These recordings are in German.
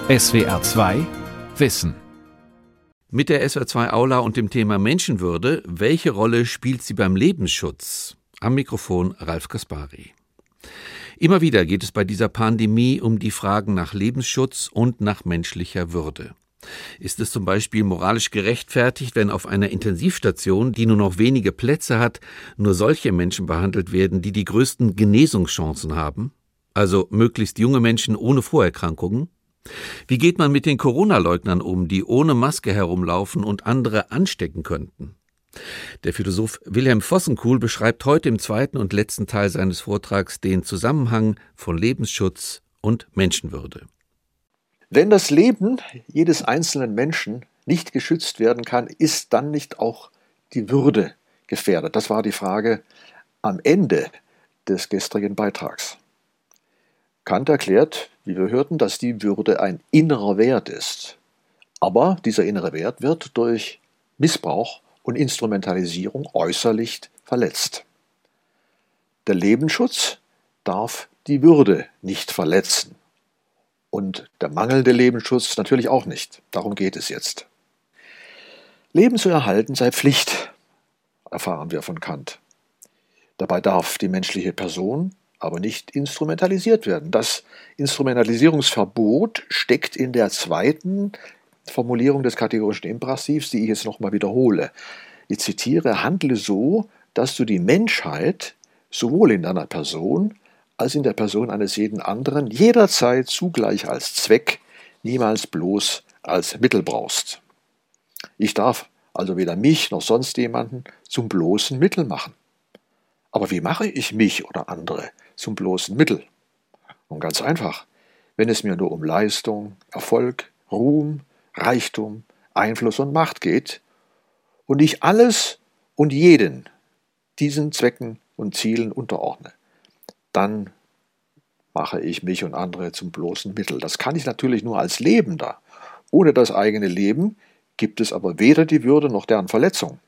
SWR 2 Wissen. Mit der SWR 2 Aula und dem Thema Menschenwürde, welche Rolle spielt sie beim Lebensschutz? Am Mikrofon Ralf Kaspari. Immer wieder geht es bei dieser Pandemie um die Fragen nach Lebensschutz und nach menschlicher Würde. Ist es zum Beispiel moralisch gerechtfertigt, wenn auf einer Intensivstation, die nur noch wenige Plätze hat, nur solche Menschen behandelt werden, die die größten Genesungschancen haben? Also möglichst junge Menschen ohne Vorerkrankungen? Wie geht man mit den Corona-Leugnern um, die ohne Maske herumlaufen und andere anstecken könnten? Der Philosoph Wilhelm Vossenkuhl beschreibt heute im zweiten und letzten Teil seines Vortrags den Zusammenhang von Lebensschutz und Menschenwürde. Wenn das Leben jedes einzelnen Menschen nicht geschützt werden kann, ist dann nicht auch die Würde gefährdet? Das war die Frage am Ende des gestrigen Beitrags. Kant erklärt, wie wir hörten, dass die Würde ein innerer Wert ist. Aber dieser innere Wert wird durch Missbrauch und Instrumentalisierung äußerlich verletzt. Der Lebensschutz darf die Würde nicht verletzen. Und der mangelnde Lebensschutz natürlich auch nicht. Darum geht es jetzt. Leben zu erhalten sei Pflicht, erfahren wir von Kant. Dabei darf die menschliche Person aber nicht instrumentalisiert werden. Das Instrumentalisierungsverbot steckt in der zweiten Formulierung des kategorischen Imperativs, die ich jetzt nochmal wiederhole. Ich zitiere: Handle so, dass du die Menschheit sowohl in deiner Person als in der Person eines jeden anderen jederzeit zugleich als Zweck, niemals bloß als Mittel brauchst. Ich darf also weder mich noch sonst jemanden zum bloßen Mittel machen. Aber wie mache ich mich oder andere zum bloßen Mittel? Nun ganz einfach, wenn es mir nur um Leistung, Erfolg, Ruhm, Reichtum, Einfluss und Macht geht und ich alles und jeden diesen Zwecken und Zielen unterordne, dann mache ich mich und andere zum bloßen Mittel. Das kann ich natürlich nur als Lebender. Ohne das eigene Leben gibt es aber weder die Würde noch deren Verletzung.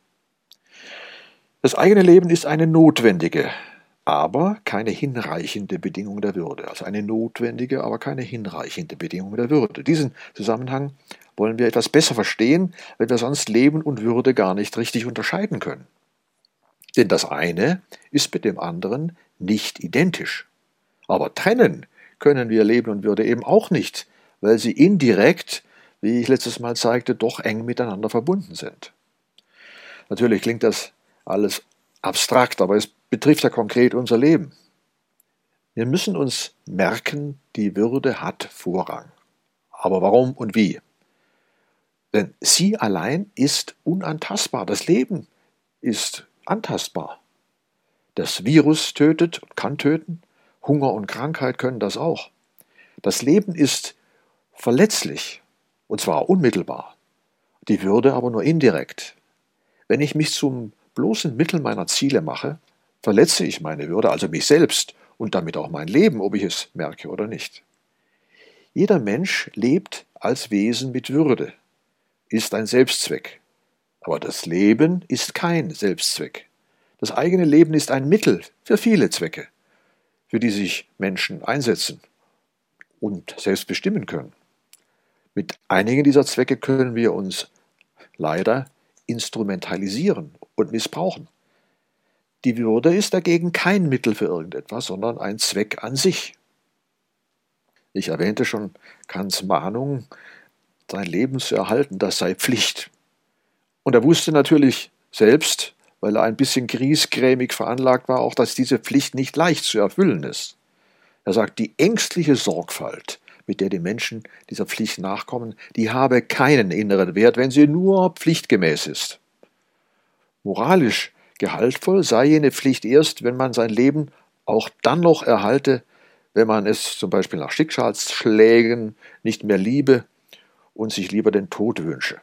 Das eigene Leben ist eine notwendige, aber keine hinreichende Bedingung der Würde. Also eine notwendige, aber keine hinreichende Bedingung der Würde. Diesen Zusammenhang wollen wir etwas besser verstehen, wenn wir sonst Leben und Würde gar nicht richtig unterscheiden können. Denn das eine ist mit dem anderen nicht identisch. Aber trennen können wir Leben und Würde eben auch nicht, weil sie indirekt, wie ich letztes Mal zeigte, doch eng miteinander verbunden sind. Natürlich klingt das alles abstrakt, aber es betrifft ja konkret unser Leben. Wir müssen uns merken, die Würde hat Vorrang. Aber warum und wie? Denn sie allein ist unantastbar. Das Leben ist antastbar. Das Virus tötet und kann töten. Hunger und Krankheit können das auch. Das Leben ist verletzlich, und zwar unmittelbar. Die Würde aber nur indirekt. Wenn ich mich zum bloßen Mittel meiner Ziele mache, verletze ich meine Würde, also mich selbst und damit auch mein Leben, ob ich es merke oder nicht. Jeder Mensch lebt als Wesen mit Würde, ist ein Selbstzweck. Aber das Leben ist kein Selbstzweck. Das eigene Leben ist ein Mittel für viele Zwecke, für die sich Menschen einsetzen und selbst bestimmen können. Mit einigen dieser Zwecke können wir uns leider instrumentalisieren und missbrauchen. Die Würde ist dagegen kein Mittel für irgendetwas, sondern ein Zweck an sich. Ich erwähnte schon Kants Mahnung, sein Leben zu erhalten, das sei Pflicht. Und er wusste natürlich selbst, weil er ein bisschen griesgrämig veranlagt war, auch, dass diese Pflicht nicht leicht zu erfüllen ist. Er sagt, die ängstliche Sorgfalt, mit der die Menschen dieser Pflicht nachkommen, die habe keinen inneren Wert, wenn sie nur pflichtgemäß ist. Moralisch gehaltvoll sei jene Pflicht erst, wenn man sein Leben auch dann noch erhalte, wenn man es zum Beispiel nach Schicksalsschlägen nicht mehr liebe und sich lieber den Tod wünsche.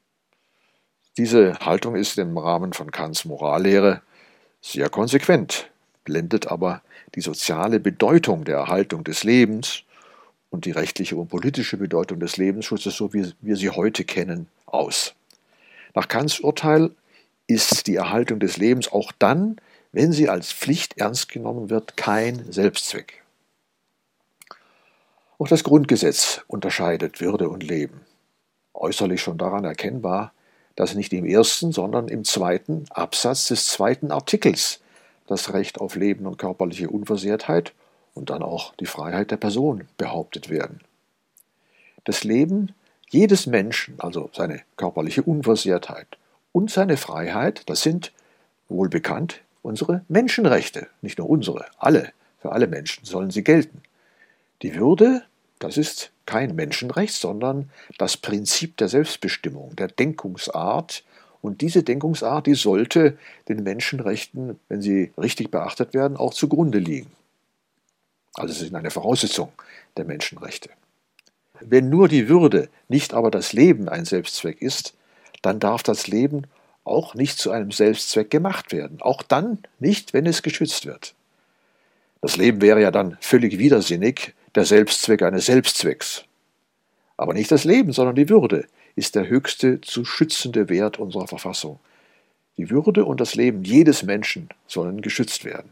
Diese Haltung ist im Rahmen von Kants Morallehre sehr konsequent, blendet aber die soziale Bedeutung der Erhaltung des Lebens und die rechtliche und politische Bedeutung des Lebensschutzes, so wie wir sie heute kennen, aus. Nach Kants Urteil ist die Erhaltung des Lebens auch dann, wenn sie als Pflicht ernst genommen wird, kein Selbstzweck. Auch das Grundgesetz unterscheidet Würde und Leben. Äußerlich schon daran erkennbar, dass nicht im ersten, sondern im zweiten Absatz des zweiten Artikels das Recht auf Leben und körperliche Unversehrtheit und dann auch die Freiheit der Person behauptet werden. Das Leben jedes Menschen, also seine körperliche Unversehrtheit und seine Freiheit, das sind wohlbekannt unsere Menschenrechte, nicht nur unsere, für alle Menschen sollen sie gelten. Die Würde, das ist kein Menschenrecht, sondern das Prinzip der Selbstbestimmung, der Denkungsart. Und diese Denkungsart, die sollte den Menschenrechten, wenn sie richtig beachtet werden, auch zugrunde liegen. Also sie sind eine Voraussetzung der Menschenrechte. Wenn nur die Würde, nicht aber das Leben ein Selbstzweck ist, dann darf das Leben auch nicht zu einem Selbstzweck gemacht werden. Auch dann nicht, wenn es geschützt wird. Das Leben wäre ja dann völlig widersinnig, der Selbstzweck eines Selbstzwecks. Aber nicht das Leben, sondern die Würde ist der höchste zu schützende Wert unserer Verfassung. Die Würde und das Leben jedes Menschen sollen geschützt werden.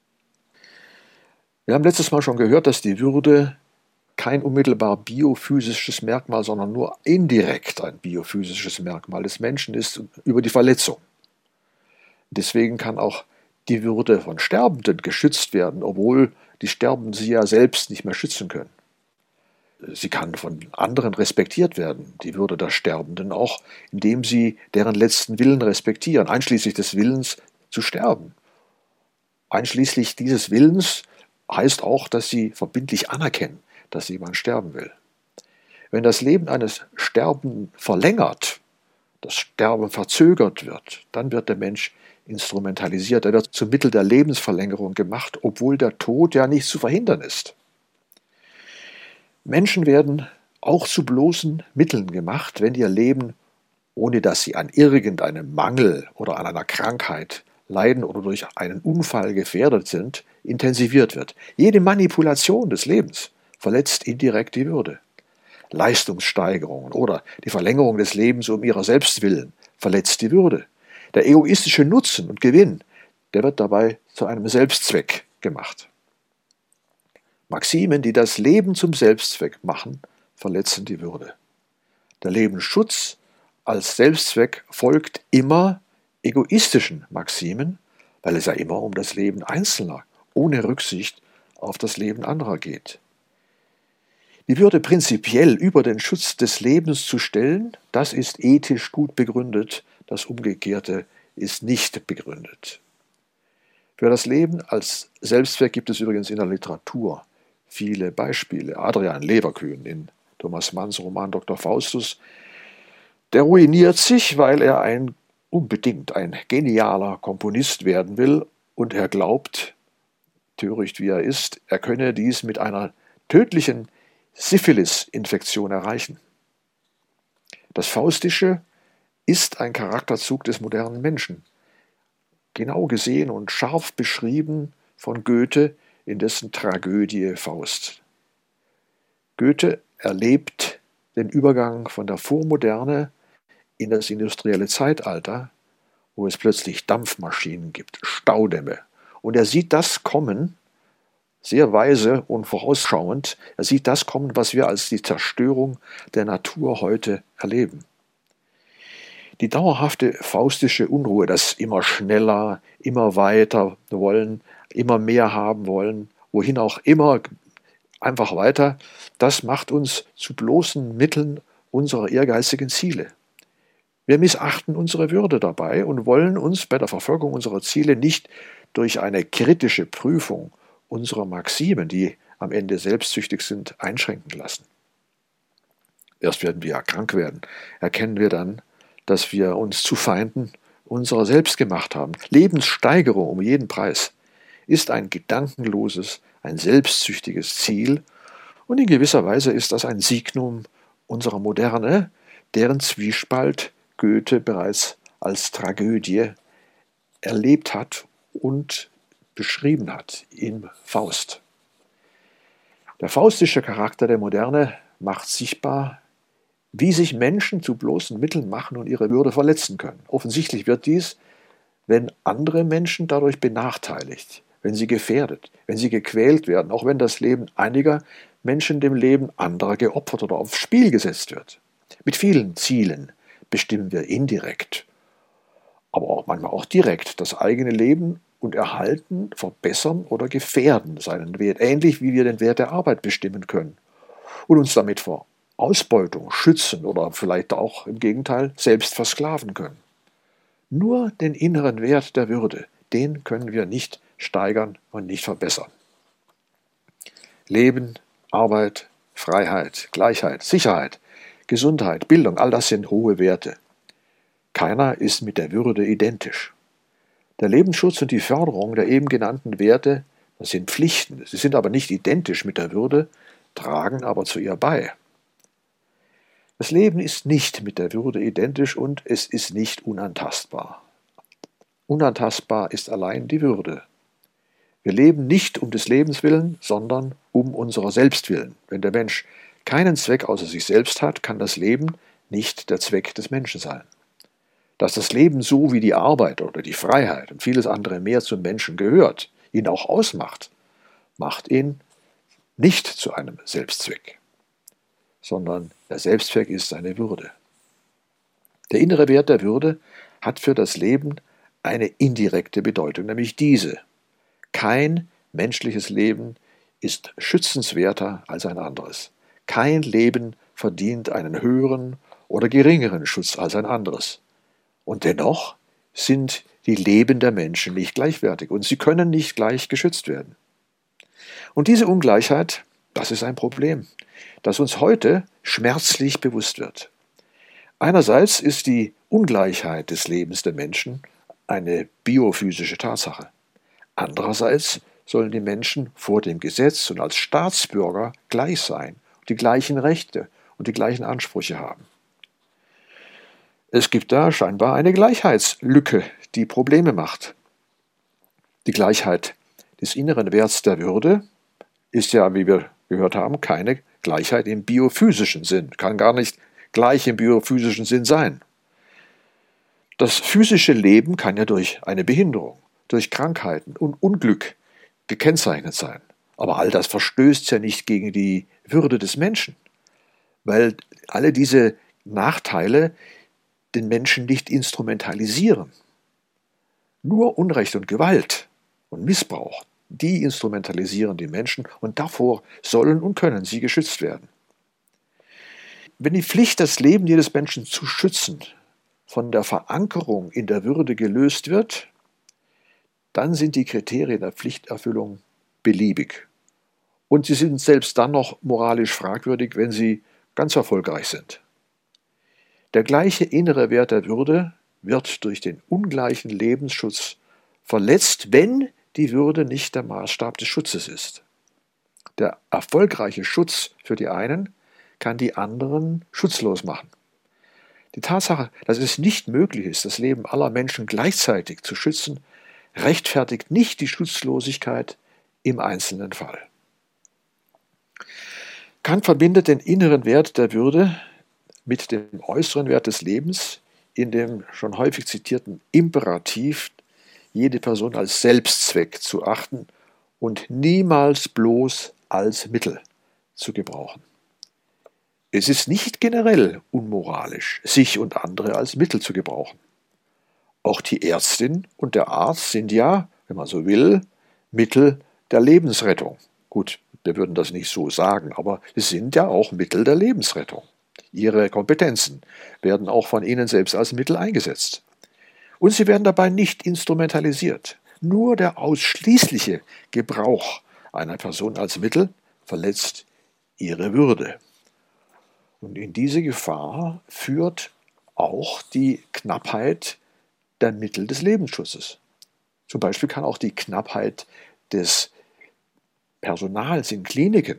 Wir haben letztes Mal schon gehört, dass die Würde kein unmittelbar biophysisches Merkmal, sondern nur indirekt ein biophysisches Merkmal des Menschen ist über die Verletzung. Deswegen kann auch die Würde von Sterbenden geschützt werden, obwohl die Sterbenden sie ja selbst nicht mehr schützen können. Sie kann von anderen respektiert werden, die Würde der Sterbenden auch, indem sie deren letzten Willen respektieren, einschließlich des Willens zu sterben. Einschließlich dieses Willens heißt auch, dass sie verbindlich anerkennen, dass jemand sterben will. Wenn das Leben eines Sterbenden verlängert, das Sterben verzögert wird, dann wird der Mensch instrumentalisiert. Er wird zum Mittel der Lebensverlängerung gemacht, obwohl der Tod ja nicht zu verhindern ist. Menschen werden auch zu bloßen Mitteln gemacht, wenn ihr Leben, ohne dass sie an irgendeinem Mangel oder an einer Krankheit leiden oder durch einen Unfall gefährdet sind, intensiviert wird. Jede Manipulation des Lebens verletzt indirekt die Würde. Leistungssteigerungen oder die Verlängerung des Lebens um ihrer selbst willen verletzt die Würde. Der egoistische Nutzen und Gewinn, der wird dabei zu einem Selbstzweck gemacht. Maximen, die das Leben zum Selbstzweck machen, verletzen die Würde. Der Lebensschutz als Selbstzweck folgt immer egoistischen Maximen, weil es ja immer um das Leben Einzelner, ohne Rücksicht auf das Leben anderer geht. Die Würde prinzipiell über den Schutz des Lebens zu stellen, das ist ethisch gut begründet, das Umgekehrte ist nicht begründet. Für das Leben als Selbstzweck gibt es übrigens in der Literatur viele Beispiele. Adrian Leverkühn in Thomas Manns Roman Dr. Faustus, der ruiniert sich, weil er unbedingt ein genialer Komponist werden will und er glaubt, töricht wie er ist, er könne dies mit einer tödlichen Syphilis-Infektion erreichen. Das Faustische ist ein Charakterzug des modernen Menschen, genau gesehen und scharf beschrieben von Goethe in dessen Tragödie Faust. Goethe erlebt den Übergang von der Vormoderne in das industrielle Zeitalter, wo es plötzlich Dampfmaschinen gibt, Staudämme. Und er sieht das kommen, sehr weise und vorausschauend, er sieht das kommen, was wir als die Zerstörung der Natur heute erleben. Die dauerhafte faustische Unruhe, das immer schneller, immer weiter wollen, immer mehr haben wollen, wohin auch immer, einfach weiter, das macht uns zu bloßen Mitteln unserer ehrgeizigen Ziele. Wir missachten unsere Würde dabei und wollen uns bei der Verfolgung unserer Ziele nicht durch eine kritische Prüfung unserer Maximen, die am Ende selbstsüchtig sind, einschränken lassen. Erst werden wir krank werden, erkennen wir dann, dass wir uns zu Feinden unserer selbst gemacht haben. Lebenssteigerung um jeden Preis ist ein gedankenloses, ein selbstsüchtiges Ziel und in gewisser Weise ist das ein Signum unserer Moderne, deren Zwiespalt Goethe bereits als Tragödie erlebt hat und beschrieben hat in Faust. Der faustische Charakter der Moderne macht sichtbar, wie sich Menschen zu bloßen Mitteln machen und ihre Würde verletzen können. Offensichtlich wird dies, wenn andere Menschen dadurch benachteiligt, wenn sie gefährdet, wenn sie gequält werden, auch wenn das Leben einiger Menschen dem Leben anderer geopfert oder aufs Spiel gesetzt wird. Mit vielen Zielen bestimmen wir indirekt, aber auch manchmal auch direkt das eigene Leben und erhalten, verbessern oder gefährden seinen Wert, ähnlich wie wir den Wert der Arbeit bestimmen können und uns damit vor Ausbeutung schützen oder vielleicht auch im Gegenteil selbst versklaven können. Nur den inneren Wert der Würde, den können wir nicht steigern und nicht verbessern. Leben, Arbeit, Freiheit, Gleichheit, Sicherheit, Gesundheit, Bildung, all das sind hohe Werte. Keiner ist mit der Würde identisch. Der Lebensschutz und die Förderung der eben genannten Werte, das sind Pflichten. Sie sind aber nicht identisch mit der Würde, tragen aber zu ihr bei. Das Leben ist nicht mit der Würde identisch und es ist nicht unantastbar. Unantastbar ist allein die Würde. Wir leben nicht um des Lebens willen, sondern um unserer selbst willen. Wenn der Mensch keinen Zweck außer sich selbst hat, kann das Leben nicht der Zweck des Menschen sein. Dass das Leben so wie die Arbeit oder die Freiheit und vieles andere mehr zum Menschen gehört, ihn auch ausmacht, macht ihn nicht zu einem Selbstzweck, sondern der Selbstzweck ist seine Würde. Der innere Wert der Würde hat für das Leben eine indirekte Bedeutung, nämlich diese: Kein menschliches Leben ist schützenswerter als ein anderes. Kein Leben verdient einen höheren oder geringeren Schutz als ein anderes. Und dennoch sind die Leben der Menschen nicht gleichwertig und sie können nicht gleich geschützt werden. Und diese Ungleichheit, das ist ein Problem, das uns heute schmerzlich bewusst wird. Einerseits ist die Ungleichheit des Lebens der Menschen eine biophysische Tatsache. Andererseits sollen die Menschen vor dem Gesetz und als Staatsbürger gleich sein, die gleichen Rechte und die gleichen Ansprüche haben. Es gibt da scheinbar eine Gleichheitslücke, die Probleme macht. Die Gleichheit des inneren Werts der Würde ist ja, wie wir gehört haben, keine Gleichheit im biophysischen Sinn, kann gar nicht gleich im biophysischen Sinn sein. Das physische Leben kann ja durch eine Behinderung, durch Krankheiten und Unglück gekennzeichnet sein. Aber all das verstößt ja nicht gegen die Würde des Menschen, weil alle diese Nachteile den Menschen nicht instrumentalisieren. Nur Unrecht und Gewalt und Missbrauch, die instrumentalisieren die Menschen und davor sollen und können sie geschützt werden. Wenn die Pflicht, das Leben jedes Menschen zu schützen, von der Verankerung in der Würde gelöst wird, dann sind die Kriterien der Pflichterfüllung beliebig. Und sie sind selbst dann noch moralisch fragwürdig, wenn sie ganz erfolgreich sind. Der gleiche innere Wert der Würde wird durch den ungleichen Lebensschutz verletzt, wenn die Würde nicht der Maßstab des Schutzes ist. Der erfolgreiche Schutz für die einen kann die anderen schutzlos machen. Die Tatsache, dass es nicht möglich ist, das Leben aller Menschen gleichzeitig zu schützen, rechtfertigt nicht die Schutzlosigkeit im einzelnen Fall. Kant verbindet den inneren Wert der Würde mit dem äußeren Wert des Lebens in dem schon häufig zitierten Imperativ, jede Person als Selbstzweck zu achten und niemals bloß als Mittel zu gebrauchen. Es ist nicht generell unmoralisch, sich und andere als Mittel zu gebrauchen. Auch die Ärztin und der Arzt sind ja, wenn man so will, Mittel der Lebensrettung. Gut, wir würden das nicht so sagen, aber es sind ja auch Mittel der Lebensrettung. Ihre Kompetenzen werden auch von ihnen selbst als Mittel eingesetzt. Und sie werden dabei nicht instrumentalisiert. Nur der ausschließliche Gebrauch einer Person als Mittel verletzt ihre Würde. Und in diese Gefahr führt auch die Knappheit der Mittel des Lebensschutzes. Zum Beispiel kann auch die Knappheit des Personals in Kliniken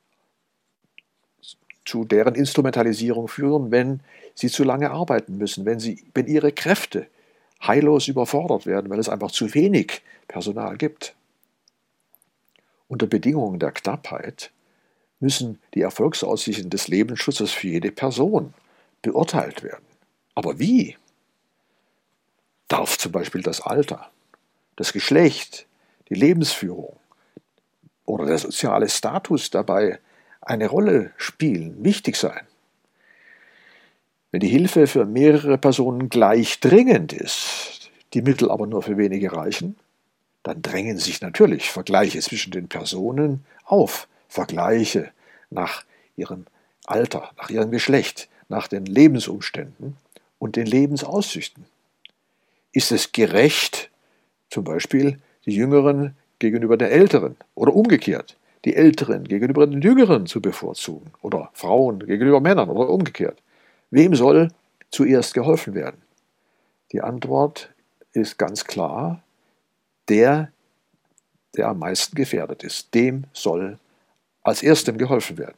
zu deren Instrumentalisierung führen, wenn sie zu lange arbeiten müssen, wenn ihre Kräfte heillos überfordert werden, weil es einfach zu wenig Personal gibt. Unter Bedingungen der Knappheit müssen die Erfolgsaussichten des Lebensschutzes für jede Person beurteilt werden. Aber wie? Darf zum Beispiel das Alter, das Geschlecht, die Lebensführung oder der soziale Status dabei eine Rolle spielen, wichtig sein. Wenn die Hilfe für mehrere Personen gleich dringend ist, die Mittel aber nur für wenige reichen, dann drängen sich natürlich Vergleiche zwischen den Personen auf. Vergleiche nach ihrem Alter, nach ihrem Geschlecht, nach den Lebensumständen und den Lebensaussichten. Ist es gerecht, zum Beispiel die Jüngeren gegenüber den Älteren oder umgekehrt, die Älteren gegenüber den Jüngeren zu bevorzugen oder Frauen gegenüber Männern oder umgekehrt? Wem soll zuerst geholfen werden? Die Antwort ist ganz klar, der am meisten gefährdet ist, dem soll als erstem geholfen werden.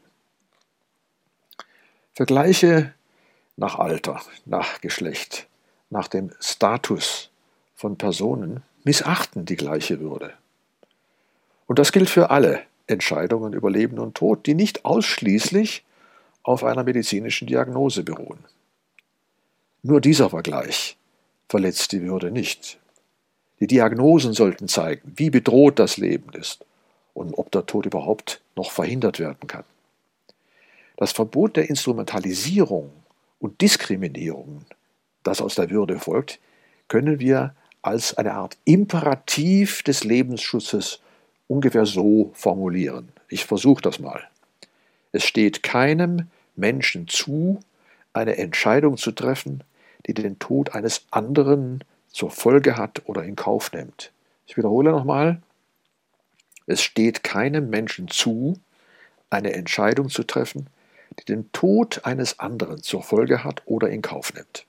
Vergleiche nach Alter, nach Geschlecht, nach dem Status von Personen missachten die gleiche Würde. Und das gilt für alle Entscheidungen über Leben und Tod, die nicht ausschließlich auf einer medizinischen Diagnose beruhen. Nur dieser Vergleich verletzt die Würde nicht. Die Diagnosen sollten zeigen, wie bedroht das Leben ist und ob der Tod überhaupt noch verhindert werden kann. Das Verbot der Instrumentalisierung und Diskriminierung, das aus der Würde folgt, können wir als eine Art Imperativ des Lebensschutzes ungefähr so formulieren. Ich versuche das mal. Es steht keinem Menschen zu, eine Entscheidung zu treffen, die den Tod eines anderen zur Folge hat oder in Kauf nimmt. Ich wiederhole nochmal. Es steht keinem Menschen zu, eine Entscheidung zu treffen, die den Tod eines anderen zur Folge hat oder in Kauf nimmt.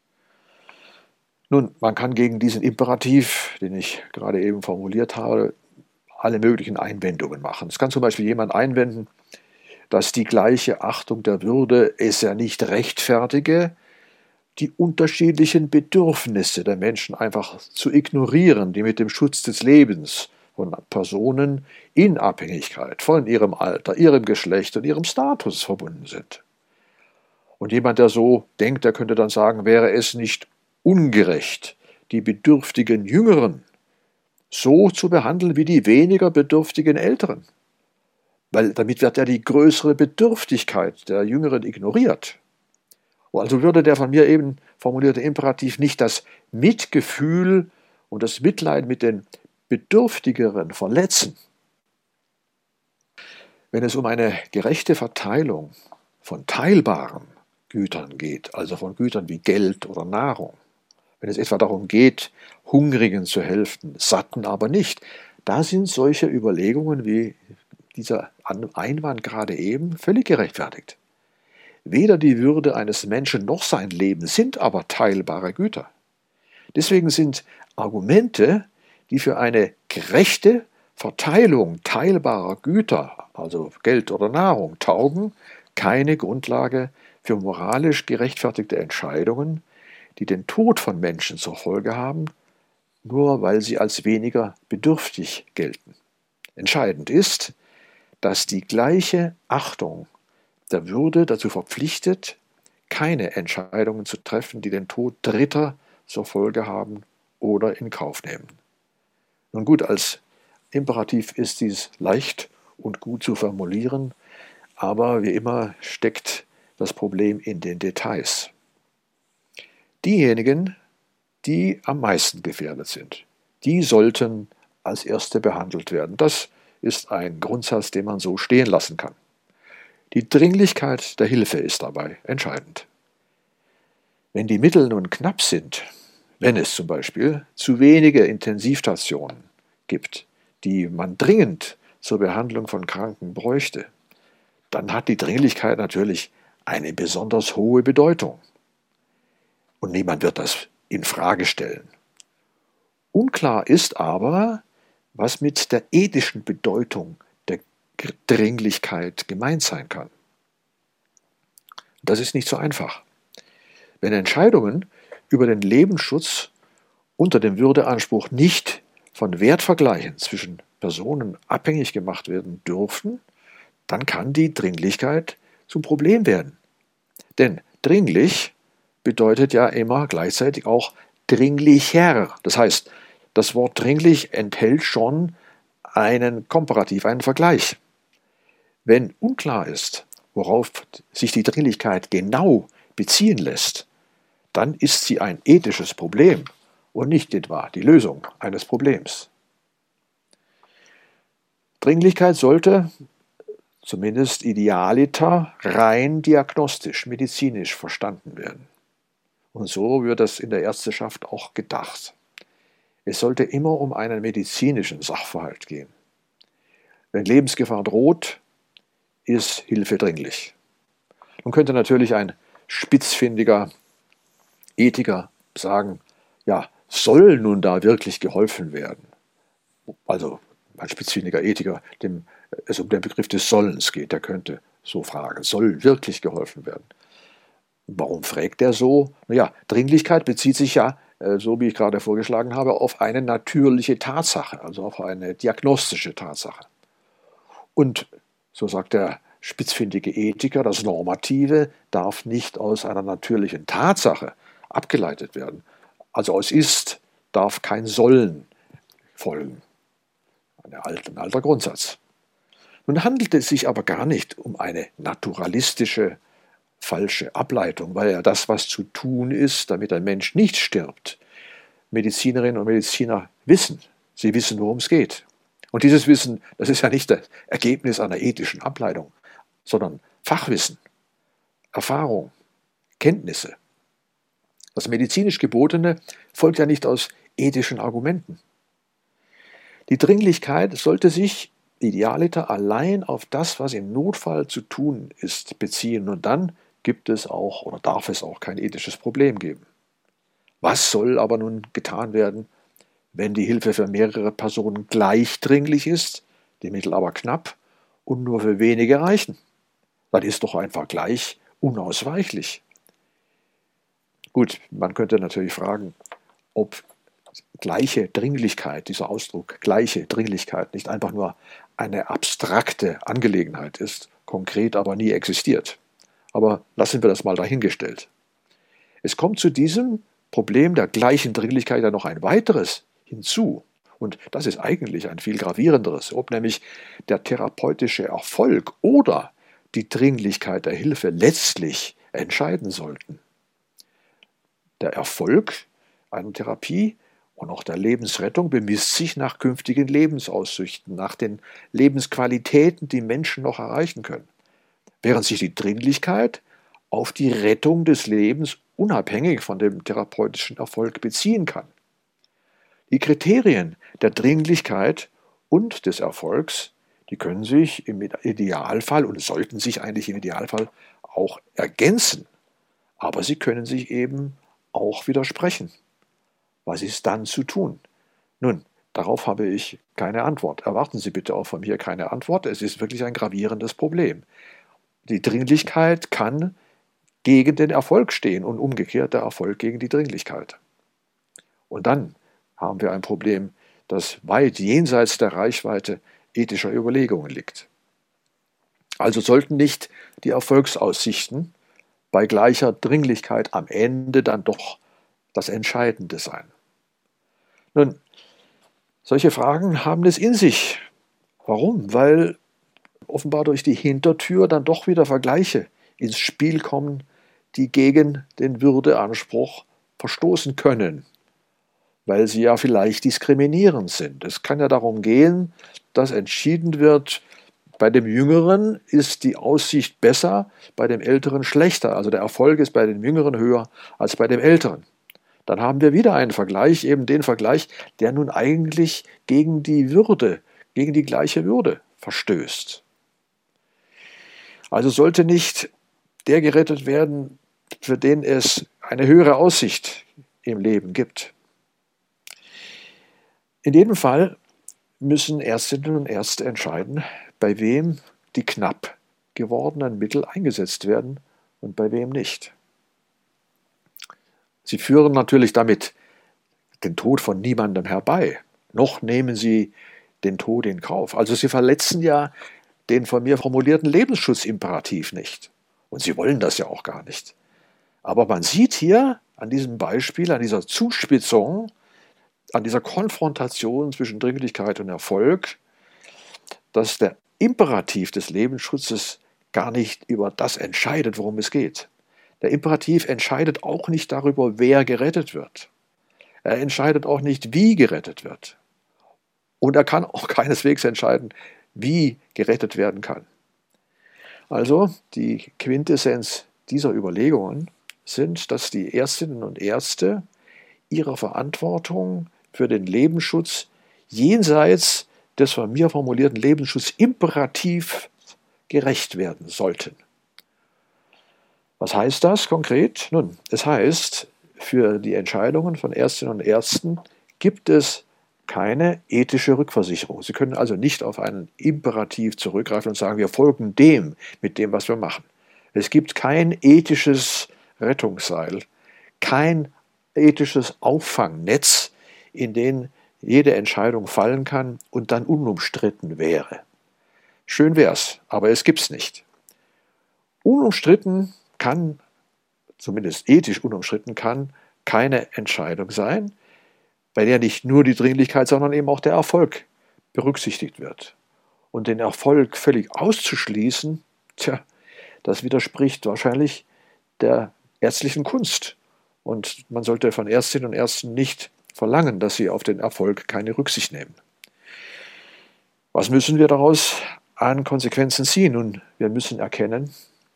Nun, man kann gegen diesen Imperativ, den ich gerade eben formuliert habe, alle möglichen Einwendungen machen. Es kann zum Beispiel jemand einwenden, dass die gleiche Achtung der Würde es ja nicht rechtfertige, die unterschiedlichen Bedürfnisse der Menschen einfach zu ignorieren, die mit dem Schutz des Lebens von Personen in Abhängigkeit von ihrem Alter, ihrem Geschlecht und ihrem Status verbunden sind. Und jemand, der so denkt, der könnte dann sagen, wäre es nicht ungerecht, die bedürftigen Jüngeren so zu behandeln wie die weniger bedürftigen Älteren. Weil damit wird ja die größere Bedürftigkeit der Jüngeren ignoriert. Also würde der von mir eben formulierte Imperativ nicht das Mitgefühl und das Mitleid mit den Bedürftigeren verletzen. Wenn es um eine gerechte Verteilung von teilbaren Gütern geht, also von Gütern wie Geld oder Nahrung, wenn es etwa darum geht, Hungrigen zu helfen, Satten aber nicht, da sind solche Überlegungen wie dieser Einwand gerade eben völlig gerechtfertigt. Weder die Würde eines Menschen noch sein Leben sind aber teilbare Güter. Deswegen sind Argumente, die für eine gerechte Verteilung teilbarer Güter, also Geld oder Nahrung, taugen, keine Grundlage für moralisch gerechtfertigte Entscheidungen, die den Tod von Menschen zur Folge haben, nur weil sie als weniger bedürftig gelten. Entscheidend ist, dass die gleiche Achtung der Würde dazu verpflichtet, keine Entscheidungen zu treffen, die den Tod Dritter zur Folge haben oder in Kauf nehmen. Nun gut, als Imperativ ist dies leicht und gut zu formulieren, aber wie immer steckt das Problem in den Details. Diejenigen, die am meisten gefährdet sind, die sollten als Erste behandelt werden. Das ist ein Grundsatz, den man so stehen lassen kann. Die Dringlichkeit der Hilfe ist dabei entscheidend. Wenn die Mittel nun knapp sind, wenn es zum Beispiel zu wenige Intensivstationen gibt, die man dringend zur Behandlung von Kranken bräuchte, dann hat die Dringlichkeit natürlich eine besonders hohe Bedeutung. Und niemand wird das in Frage stellen. Unklar ist aber, was mit der ethischen Bedeutung der Dringlichkeit gemeint sein kann. Das ist nicht so einfach. Wenn Entscheidungen über den Lebensschutz unter dem Würdeanspruch nicht von Wertvergleichen zwischen Personen abhängig gemacht werden dürfen, dann kann die Dringlichkeit zum Problem werden. Denn dringlich bedeutet ja immer gleichzeitig auch dringlicher. Das heißt, das Wort dringlich enthält schon einen Komparativ, einen Vergleich. Wenn unklar ist, worauf sich die Dringlichkeit genau beziehen lässt, dann ist sie ein ethisches Problem und nicht etwa die Lösung eines Problems. Dringlichkeit sollte, zumindest idealiter, rein diagnostisch, medizinisch verstanden werden. Und so wird das in der Ärzteschaft auch gedacht. Es sollte immer um einen medizinischen Sachverhalt gehen. Wenn Lebensgefahr droht, ist Hilfe dringlich. Nun könnte natürlich ein spitzfindiger Ethiker sagen, ja, soll nun da wirklich geholfen werden? Also ein spitzfindiger Ethiker, dem es um den Begriff des Sollens geht, der könnte so fragen, soll wirklich geholfen werden? Warum fragt er so? Naja, Dringlichkeit bezieht sich ja, so wie ich gerade vorgeschlagen habe, auf eine natürliche Tatsache, also auf eine diagnostische Tatsache. Und, so sagt der spitzfindige Ethiker, das Normative darf nicht aus einer natürlichen Tatsache abgeleitet werden. Also aus Ist darf kein Sollen folgen. Ein alter Grundsatz. Nun handelt es sich aber gar nicht um eine naturalistische, falsche Ableitung, weil ja das, was zu tun ist, damit ein Mensch nicht stirbt, Medizinerinnen und Mediziner wissen. Sie wissen, worum es geht. Und dieses Wissen, das ist ja nicht das Ergebnis einer ethischen Ableitung, sondern Fachwissen, Erfahrung, Kenntnisse. Das medizinisch Gebotene folgt ja nicht aus ethischen Argumenten. Die Dringlichkeit sollte sich idealiter allein auf das, was im Notfall zu tun ist, beziehen. Und dann gibt es auch oder darf es auch kein ethisches Problem geben. Was soll aber nun getan werden, wenn die Hilfe für mehrere Personen gleich dringlich ist, die Mittel aber knapp und nur für wenige reichen? Dann ist doch ein Vergleich unausweichlich. Gut, man könnte natürlich fragen, ob gleiche Dringlichkeit, dieser Ausdruck gleiche Dringlichkeit, nicht einfach nur eine abstrakte Angelegenheit ist, konkret aber nie existiert. Aber lassen wir das mal dahingestellt. Es kommt zu diesem Problem der gleichen Dringlichkeit ja noch ein weiteres hinzu. Und das ist eigentlich ein viel gravierenderes, ob nämlich der therapeutische Erfolg oder die Dringlichkeit der Hilfe letztlich entscheiden sollten. Der Erfolg einer Therapie und auch der Lebensrettung bemisst sich nach künftigen Lebensaussichten, nach den Lebensqualitäten, die Menschen noch erreichen können, während sich die Dringlichkeit auf die Rettung des Lebens unabhängig von dem therapeutischen Erfolg beziehen kann. Die Kriterien der Dringlichkeit und des Erfolgs, die können sich im Idealfall und sollten sich eigentlich im Idealfall auch ergänzen, aber sie können sich eben auch widersprechen. Was ist dann zu tun? Nun, darauf habe ich keine Antwort. Erwarten Sie bitte auch von mir keine Antwort. Es ist wirklich ein gravierendes Problem. Die Dringlichkeit kann gegen den Erfolg stehen und umgekehrt der Erfolg gegen die Dringlichkeit. Und dann haben wir ein Problem, das weit jenseits der Reichweite ethischer Überlegungen liegt. Also sollten nicht die Erfolgsaussichten bei gleicher Dringlichkeit am Ende dann doch das Entscheidende sein. Nun, solche Fragen haben es in sich. Warum? Weil offenbar durch die Hintertür dann doch wieder Vergleiche ins Spiel kommen, die gegen den Würdeanspruch verstoßen können, weil sie ja vielleicht diskriminierend sind. Es kann ja darum gehen, dass entschieden wird, bei dem Jüngeren ist die Aussicht besser, bei dem Älteren schlechter. Also der Erfolg ist bei dem Jüngeren höher als bei dem Älteren. Dann haben wir wieder einen Vergleich, eben den Vergleich, der nun eigentlich gegen die Würde, gegen die gleiche Würde verstößt. Also sollte nicht der gerettet werden, für den es eine höhere Aussicht im Leben gibt. In jedem Fall müssen Ärztinnen und Ärzte entscheiden, bei wem die knapp gewordenen Mittel eingesetzt werden und bei wem nicht. Sie führen natürlich damit den Tod von niemandem herbei, noch nehmen sie den Tod in Kauf. Also sie verletzen ja den von mir formulierten Lebensschutzimperativ nicht. Und sie wollen das ja auch gar nicht. Aber man sieht hier an diesem Beispiel, an dieser Zuspitzung, an dieser Konfrontation zwischen Dringlichkeit und Erfolg, dass der Imperativ des Lebensschutzes gar nicht über das entscheidet, worum es geht. Der Imperativ entscheidet auch nicht darüber, wer gerettet wird. Er entscheidet auch nicht, wie gerettet wird. Und er kann auch keineswegs entscheiden, wie gerettet werden kann. Also die Quintessenz dieser Überlegungen sind, dass die Ärztinnen und Ärzte ihrer Verantwortung für den Lebensschutz jenseits des von mir formulierten Lebensschutzimperativ gerecht werden sollten. Was heißt das konkret? Nun, es heißt, für die Entscheidungen von Ärztinnen und Ärzten gibt es keine ethische Rückversicherung. Sie können also nicht auf einen Imperativ zurückgreifen und sagen, wir folgen dem mit dem, was wir machen. Es gibt kein ethisches Rettungsseil, kein ethisches Auffangnetz, in dem jede Entscheidung fallen kann und dann unumstritten wäre. Schön wär's, aber es gibt's nicht. Unumstritten kann, zumindest ethisch unumstritten kann, keine Entscheidung sein, bei der nicht nur die Dringlichkeit, sondern eben auch der Erfolg berücksichtigt wird. Und den Erfolg völlig auszuschließen, das widerspricht wahrscheinlich der ärztlichen Kunst. Und man sollte von Ärztinnen und Ärzten nicht verlangen, dass sie auf den Erfolg keine Rücksicht nehmen. Was müssen wir daraus an Konsequenzen ziehen? Nun, wir müssen erkennen,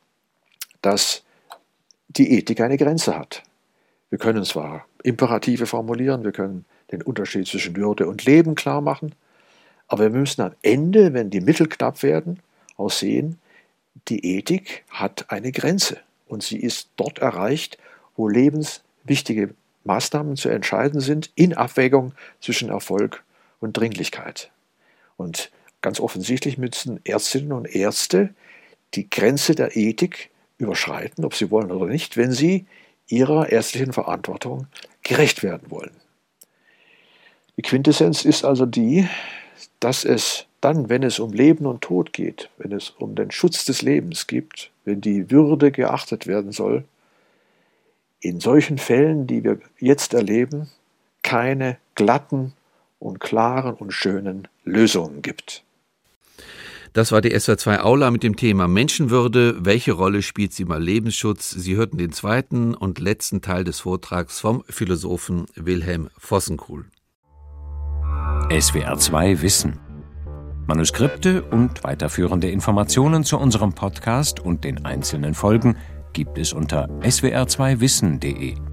dass die Ethik eine Grenze hat. Wir können zwar Imperative formulieren, wir können den Unterschied zwischen Würde und Leben klar machen, aber wir müssen am Ende, wenn die Mittel knapp werden, auch sehen, die Ethik hat eine Grenze und sie ist dort erreicht, wo lebenswichtige Maßnahmen zu entscheiden sind in Abwägung zwischen Erfolg und Dringlichkeit. Und ganz offensichtlich müssen Ärztinnen und Ärzte die Grenze der Ethik überschreiten, ob sie wollen oder nicht, wenn sie ihrer ärztlichen Verantwortung gerecht werden wollen. Die Quintessenz ist also die, dass es dann, wenn es um Leben und Tod geht, wenn es um den Schutz des Lebens geht, wenn die Würde geachtet werden soll, in solchen Fällen, die wir jetzt erleben, keine glatten und klaren und schönen Lösungen gibt. Das war die SWR2 Aula mit dem Thema Menschenwürde. Welche Rolle spielt sie beim Lebensschutz? Sie hörten den zweiten und letzten Teil des Vortrags vom Philosophen Wilhelm Vossenkuhl. SWR2 Wissen. Manuskripte und weiterführende Informationen zu unserem Podcast und den einzelnen Folgen gibt es unter swr2wissen.de.